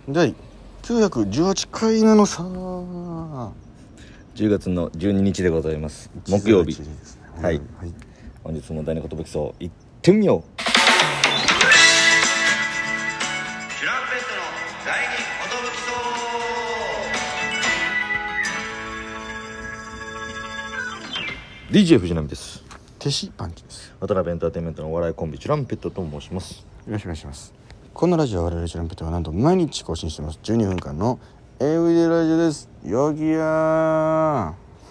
第918回目のさ10 月の12日でございます。木曜日ですね。 はい、本日も第二言武器層行ってみよう。 チュランペットの第二寿 DJ 藤波です。 テシパンチです。 渡辺エンターテインメントのお笑いコンビチュランペットと申します。 よろしくお願いします。このラジオは我々チュランペットがなんと毎日更新しています。12分間のエブリデイラジオです。ヨギヤー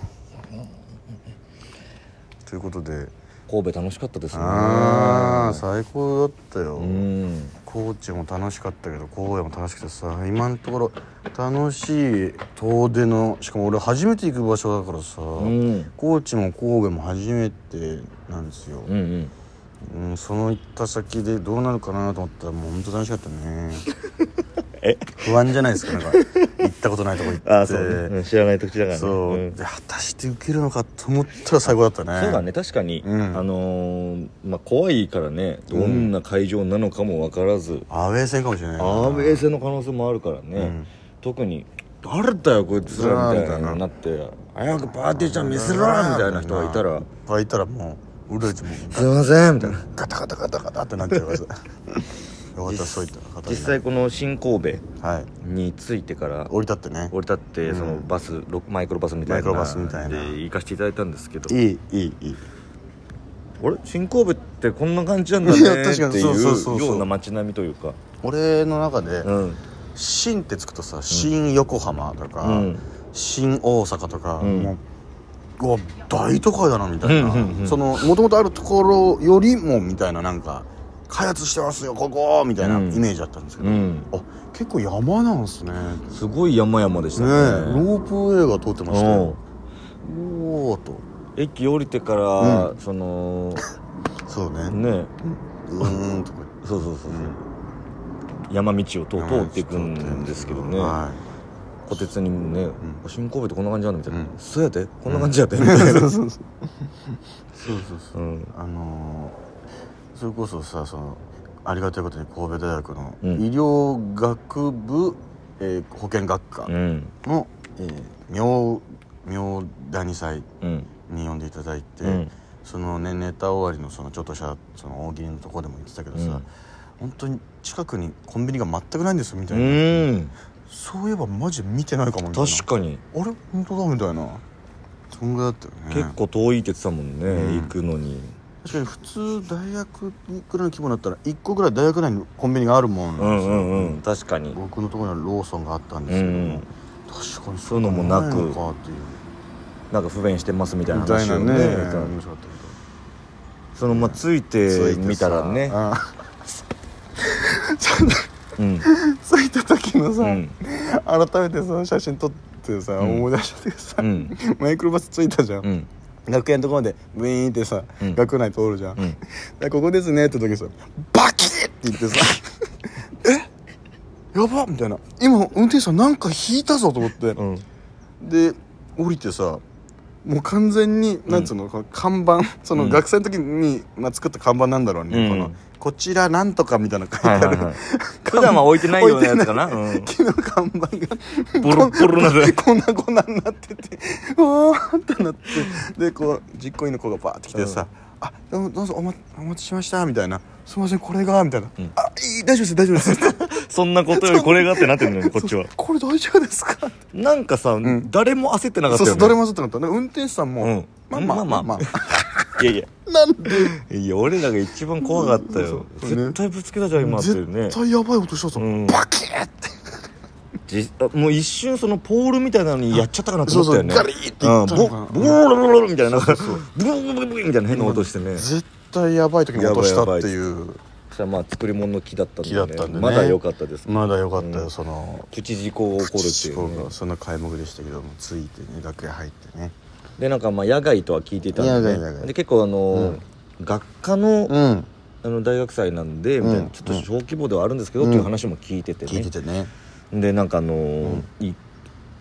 ということで神戸楽しかったですね。 最高だったよ。高知も楽しかったけど神戸も楽しくてさ、今のところ楽しい遠出の、しかも俺初めて行く場所だからさ、高知も神戸も初めてなんですよ。その行った先でどうなるかなと思ったらもう本当楽しかったね。不安じゃないですか、なんか行ったことないとこ行ってそうね、知らない土地だからね。 そう、で果たして受けるのかと思ったら最高だったね。 そうだね、確かに、怖いからね、どんな会場なのかも分からず、 アウェー戦かもしれない。 アウェー戦の可能性もあるからね、特に誰だよこいつらみたいになって早くパーティーちゃん見せろみたいな人がいたらもう俺たちもすいませんみたいなガタガタガタガタってなっちゃうからさよかった、そういった方実際この新神戸はいに着いてから降り立ってね、 降り立ってそのバス、マイクロバスみたいなで行かせていただいたんですけど、 いいあれ新神戸ってこんな感じなんだねっていうような街並みというか、 俺の中で新ってつくとさ、新横浜とか新大阪とか、もううわ大都会だなみたいな、そのもともとあるところよりもみたいな、なんか開発してますよここみたいなイメージだったんですけど、あ結構山なんすね。 すごい山々でしたね。 ロープウェイが通ってましたよ。おおと駅降りてから、そのそうねとかそう、山道を通っていくんですけどね、こてつにもね、新神戸ってこんな感じなんだみたいな、そうやってこんな感じやってみたいな、そうそれこそさ、そのありがたいことに神戸大学の医療学部、保健学科の、明第祭に呼んでいただいて、そのねネタ終わりのそのちょっとしたその大喜利のところでも言ってたけどさ、本当に近くにコンビニが全くないんですよみたいな、そういえばマジで見てないかもみたいな、確かにあれ本当だみたいな、そんぐらいだったよね。結構遠いって言ってたもんね、行くのに。確かに普通大学くらいの規模だったら1個ぐらい大学内にコンビニがあるもんなんですよ。 確かに僕のところにはローソンがあったんですけども、確かにそういうのもなく、なんか不便してますみたいな話をね、面白かったけど、そのついてみたらね、 着いた時のさ、改めてさ写真撮ってさ、思い出してさ、マイクロバス着いたじゃん、楽屋のところでブイーンってさ、学内通るじゃん、ここですねって時さバキッって言ってさやばっみたいな、今運転手さんなんか引いたぞと思って、で降りてさ、もう完全になんつうの、看板、その学生の時に作った看板なんだろうね、こちらなんとかみたいな書いてある、 普段は置いてないようなやつかな、 木の看板がボロッボロなるこんなになってて、うわーってなって、でこう実行委員の子がバーって来てさ、どうぞお待ちしましたみたいな、すいませんこれがみたいな、大丈夫ですそんなことよりこれがってなってるのよこっちは。 これ大丈夫ですか、なんかさ、誰も焦ってなかったよね。 誰も焦ってなかった。運転手さんもまあいやなんで、 いや俺らが一番怖かったよ。絶対ぶつけたじゃん今ってね。 絶対やばい音したぞ、バキッってもう一瞬そのポールみたいなのにやっちゃったかなと思ったよね。 ガリーっていったのかな、 ボーみたいな、ブーみたいな変な音してね、 絶対やばい時に落としたっていう。 作り物の木だったんでね、 ね、 まだ良かったです。 まだ良かったよ、そのプチ事故が起こるっていうね。 そんな開幕でしたけども、ついてね楽屋入ってね、 でなんか野外とは聞いていたんで、で結構学科の大学祭なんでみたいな、ちょっと小規模ではあるんですけどっていう話も聞いててね、でなんか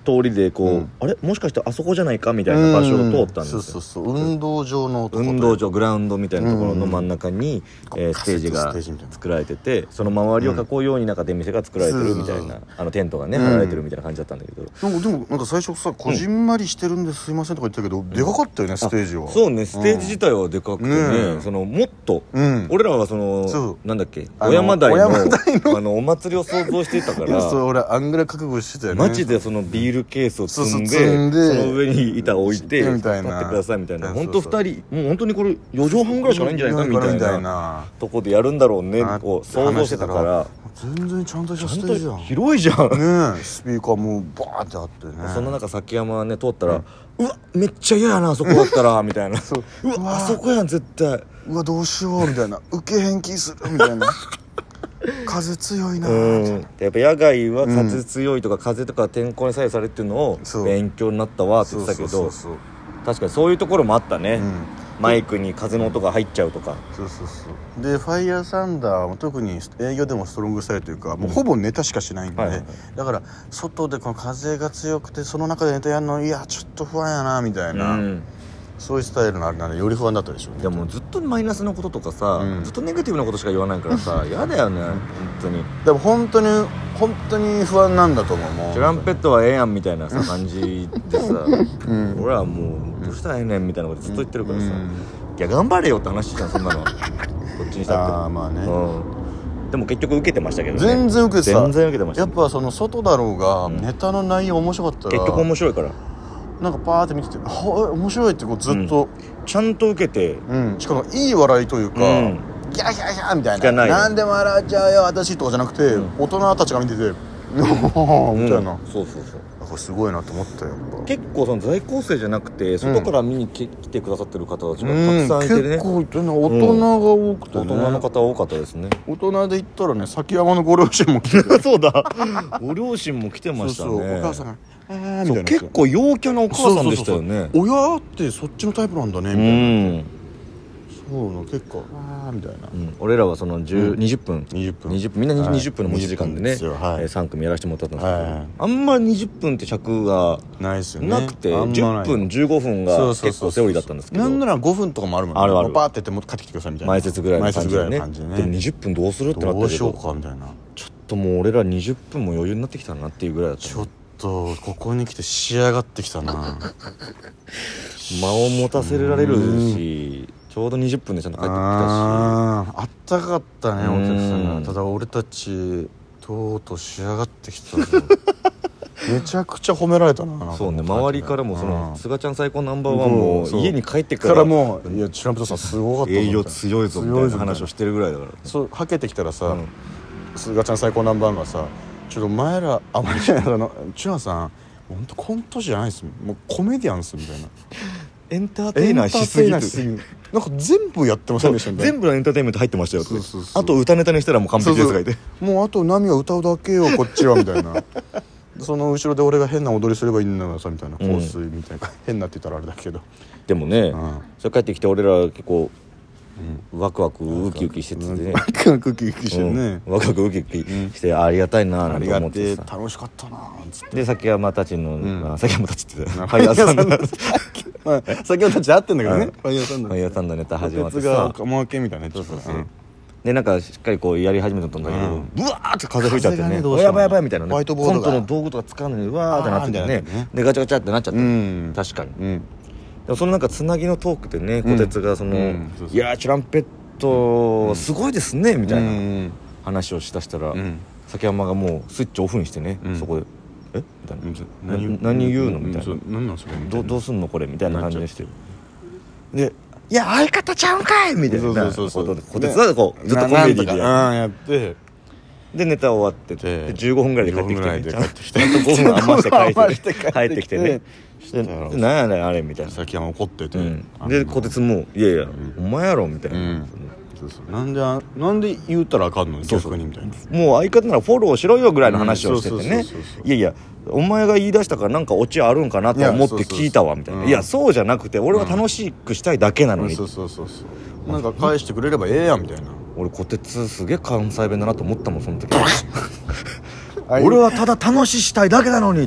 通りでこう、あれもしかしてあそこじゃないかみたいな場所を通ったんですよ。 そう運動場のとこ運動場グラウンドみたいなところの真ん中に、ステージが作られてて、その周りを囲うようになんか出店が作られてるみたいな、テントがね張られてるみたいな感じだったんだけど、 でもなんか最初さこじんまりしてるんですいませんとか言ったけど、でかかったよねステージは。 そうね、ステージ自体はでかくてね、そのもっと、俺らはそのなんだっけ小山台のお祭りを想像してたから、 そう俺あんぐらい覚悟してたよね。 マジでそのビールケースを積んで、その上に板を置いて立ってくださいみたいな、本当2人もう本当にこれ4畳半ぐらいしかないんじゃないかみたいなとこでやるんだろうねを想像してたから、 全然ちゃんとしたステージじゃん。 広いじゃんね、スピーカーもバーってあってね。 そんな中崎山はね通ったら、うわめっちゃ嫌やなあそこだったらみたいなうわあそこやん絶対、 うわどうしようみたいな、受けへん気するみたいな風強いなやっぱ野外は風強いとか、風とか天候に左右されるっていうのを勉強になったわって言ってたけど、確かにそういうところもあったね、マイクに風の音が入っちゃうとか。 そうでファイヤーサンダーも特に営業でもストロングスタイルというか、もうほぼネタしかしないんで、だから外でこの風が強くてその中でネタやるのいやちょっと不安やなみたいな、そういうスタイルのあれなんでより不安だったでしょうね。 でもずっとマイナスのこととかさ、ずっとネガティブなことしか言わないからさ嫌だよね本当に。 でも本当に不安なんだと思う。 トランペットはええやんみたいなさ感じでさ、俺はもうどうしたらええねんみたいなことずっと言ってるからさ、いや頑張れよって話じゃんそんなのはこっちにしたって。 まあね、 でも結局受けてましたけどね。 全然受けてた。 全然受けてました。 やっぱその外だろうが、ネタの内容面白かったら結局面白いからなんかパーって見てて面白いってこうずっと、 ちゃんと受けて、 しかもいい笑いというか、ギャーギャーギャーみたいな、なんでも笑っちゃうよ私とかじゃなくて、大人たちが見ててみたいな、 そうこれすごいなと思ったよ。 結構その在校生じゃなくて外から見に来てくださってる方たちがたくさんいてね、 結構いてね、大人が多くてね、 大人の方多かったですね。 大人で言ったらね崎山のご両親も来てそうだご両親も来てましたね。 お母さんがみたいな、 結構陽キャなお母さんでしたよね。 親ってそっちのタイプなんだねみたいな、そうな結構みたいな、 俺らはその20分みんな20分の持ち時間でね、3組やらせてもらったんですけど、あんま20分って尺がないですよね。 なくて10分15分が結構セオリーだったんですけど、 なんなら5分とかもあるもんね。 あるパーってやってもっと帰ってきてくださいみたいな、 前説ぐらいの感じでね。でも 20分どうするってなったけど、 どうしようかみたいな、 ちょっともう俺ら20分も余裕になってきたなっていうぐらいだった。 ちょっとここに来て仕上がってきたな間を持たせられるし、ちょうど20分でちゃんと帰ってきたし、 あったかかったねお客さんが。ただ俺たちとうとう仕上がってきたぞめちゃくちゃ褒められたな。 そうね、周りからもその菅ちゃん最高ナンバーワンも家に帰ってからもういやチュランペットさんすごかった営業強いぞみたいな話をしてるぐらいだから、 そうはけてきたらさ、菅ちゃん最高ナンバーワンがさ、ちょっとお前らあまりじゃないチュラさん本当コントじゃないですもうコメディアンスみたいな、 エンターテイナーしすぎる、 なんか全部やってませんでしたね。 全部のエンターテインメント入ってましたよって。あと歌ネタにしたらもう完璧ですがいて、 もうあとナミが歌うだけよこっちはみたいなその後ろで俺が変な踊りすればいいんだからさみたいな、香水みたいな、変なって言ったらあれだけど、 でもね、それ帰ってきて俺ら結構ワクワクウキウキしててね、 ワクワクウキウキしてね、 ワクワクウキウキしてありがたいなと思ってさ、 楽しかったなつってで崎山たちの崎山たちってファイヤーサンダー崎山たちで会ってんだけどね、ファイヤーサンダーネタ始まってさ、がおまけみたいなやつでなんかしっかりこうやり始めたんだけど、ブワーって風吹いちゃってね、やばいやばいみたいなね、 ホワイトボードがコントの道具とか使うのにわーってなっててね、でガチャガチャってなっちゃった確かに。でもそのなんかつなぎのトークでね、小鉄がそのいやチュランペットすごいですねみたいな話をしだしたら、崎山がもうスイッチオフにしてね、そこでえみたいな、何言うのみたいな、 何なんそれどうすんのこれみたいな感じでしてで、いや相方ちゃうんかいみたいなことで小鉄はこうずっとコメディでやってでネタ終わってて15分ぐらいで帰ってきてね、ちゃんと 5 分余して帰ってきてね、 何やねんあれみたいな、 崎山怒ってて、 で小鉄もいやいやお前やろみたいな、 なんで言ったらあかんの逆にみたいな、 もう相方ならフォローしろよぐらいの話をしててね、いやいやお前が言い出したからなんかオチあるんかなと思って聞いたわみたいな、いやそうじゃなくて俺は楽しくしたいだけなのに、 なんか返してくれればええやんみたいな。 俺小鉄すげえ関西弁だなと思ったもんその時俺はただ楽ししたいだけなのに、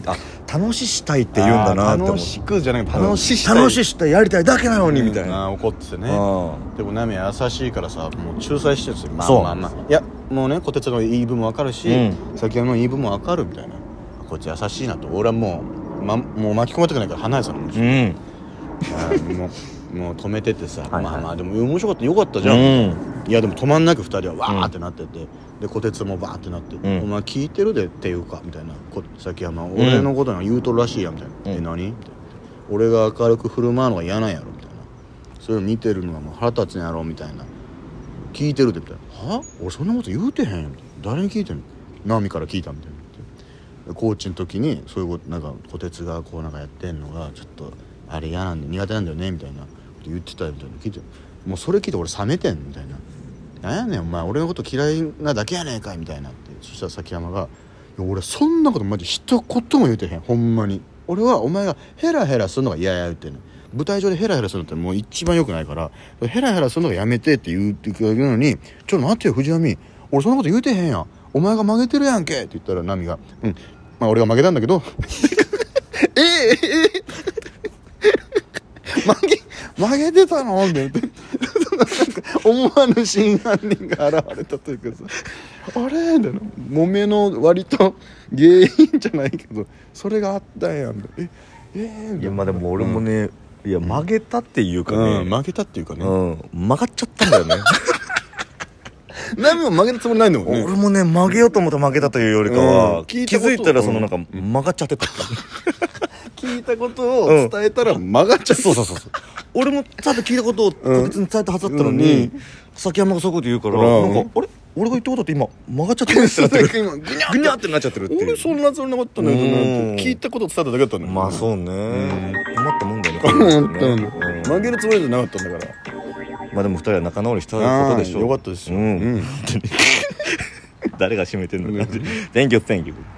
楽ししたいって言うんだなって思う。 楽しくじゃない楽ししたい楽ししたいやりたいだけなのにみたいな、 怒っててね。でもナミは優しいからさもう仲裁してるんですよ。まあいやもうね小鉄の言い分も分かるし、崎山の言い分も分かるみたいな、こいつ優しいなと。俺はもう巻き込まれたくないから離れてたの。もう止めててさ、まあでも面白かったよかったじゃん、いやでも止まんなく2人はわーってなってて、で小鉄もバーってなって、お前聞いてるでっていうかみたいな、崎山俺のことに言うとるらしいやみたいな、何みたいな、俺が明るく振る舞うのが嫌なんやろみたいな、それを見てるのがもう腹立つんやろみたいな、聞いてるでみたいな、は俺そんなこと言うてへんみたいな、誰に聞いてんの、ナミから聞いたみたいな、コーチの時にそういうことなんか小鉄がこうなんかやってんのがちょっとあれ嫌なんで苦手なんだよねみたいなこと言ってたみたいな聞いて、もうそれ聞いて俺冷めてんみたいな、なんやねんお前俺のこと嫌いなだけやねんかいみたいなって。そしたら崎山がいや俺そんなことマジ一言も言うてへん、ほんまに俺はお前がヘラヘラするのが嫌や言ってんの、舞台上でヘラヘラするのってもう一番良くないからヘラヘラするのがやめてって言うのに、ちょっと待ってよ藤波俺そんなこと言うてへんやん、お前が曲げてるやんけって言ったらナミがまあ俺が曲げたんだけど曲げてたのって言って思わぬ真犯人が現れたというかさ、あれみたいな、揉めの割と原因じゃないけどそれがあったんやんでいやまあでも俺もね、いや曲げたっていうかね、 曲げたっていうかね、 曲がっちゃったんだよね何も曲げたつもりないんだもんね。 俺もね曲げようと思ったら曲げたというよりかは、気づいたらそのなんか曲がっちゃってた聞いたことを伝えたら曲がっちゃう、 そう俺もちゃんと聞いたことを別に伝えたはずだったのに、崎山がそういうこと言うから、なんかあれ俺が言ったことって今曲がっちゃってるってなってるぐにゃってなっちゃってるっていう。 俺そんなつもりなかったんだよ聞いたことを伝えただけだったんだよ。 まあそうね、困ったもんだよね曲げるつもりじゃなかったんだから。 まあでも2人は仲直りしたことでしょう。 よかったですよ、 誰が締めてんのかThank you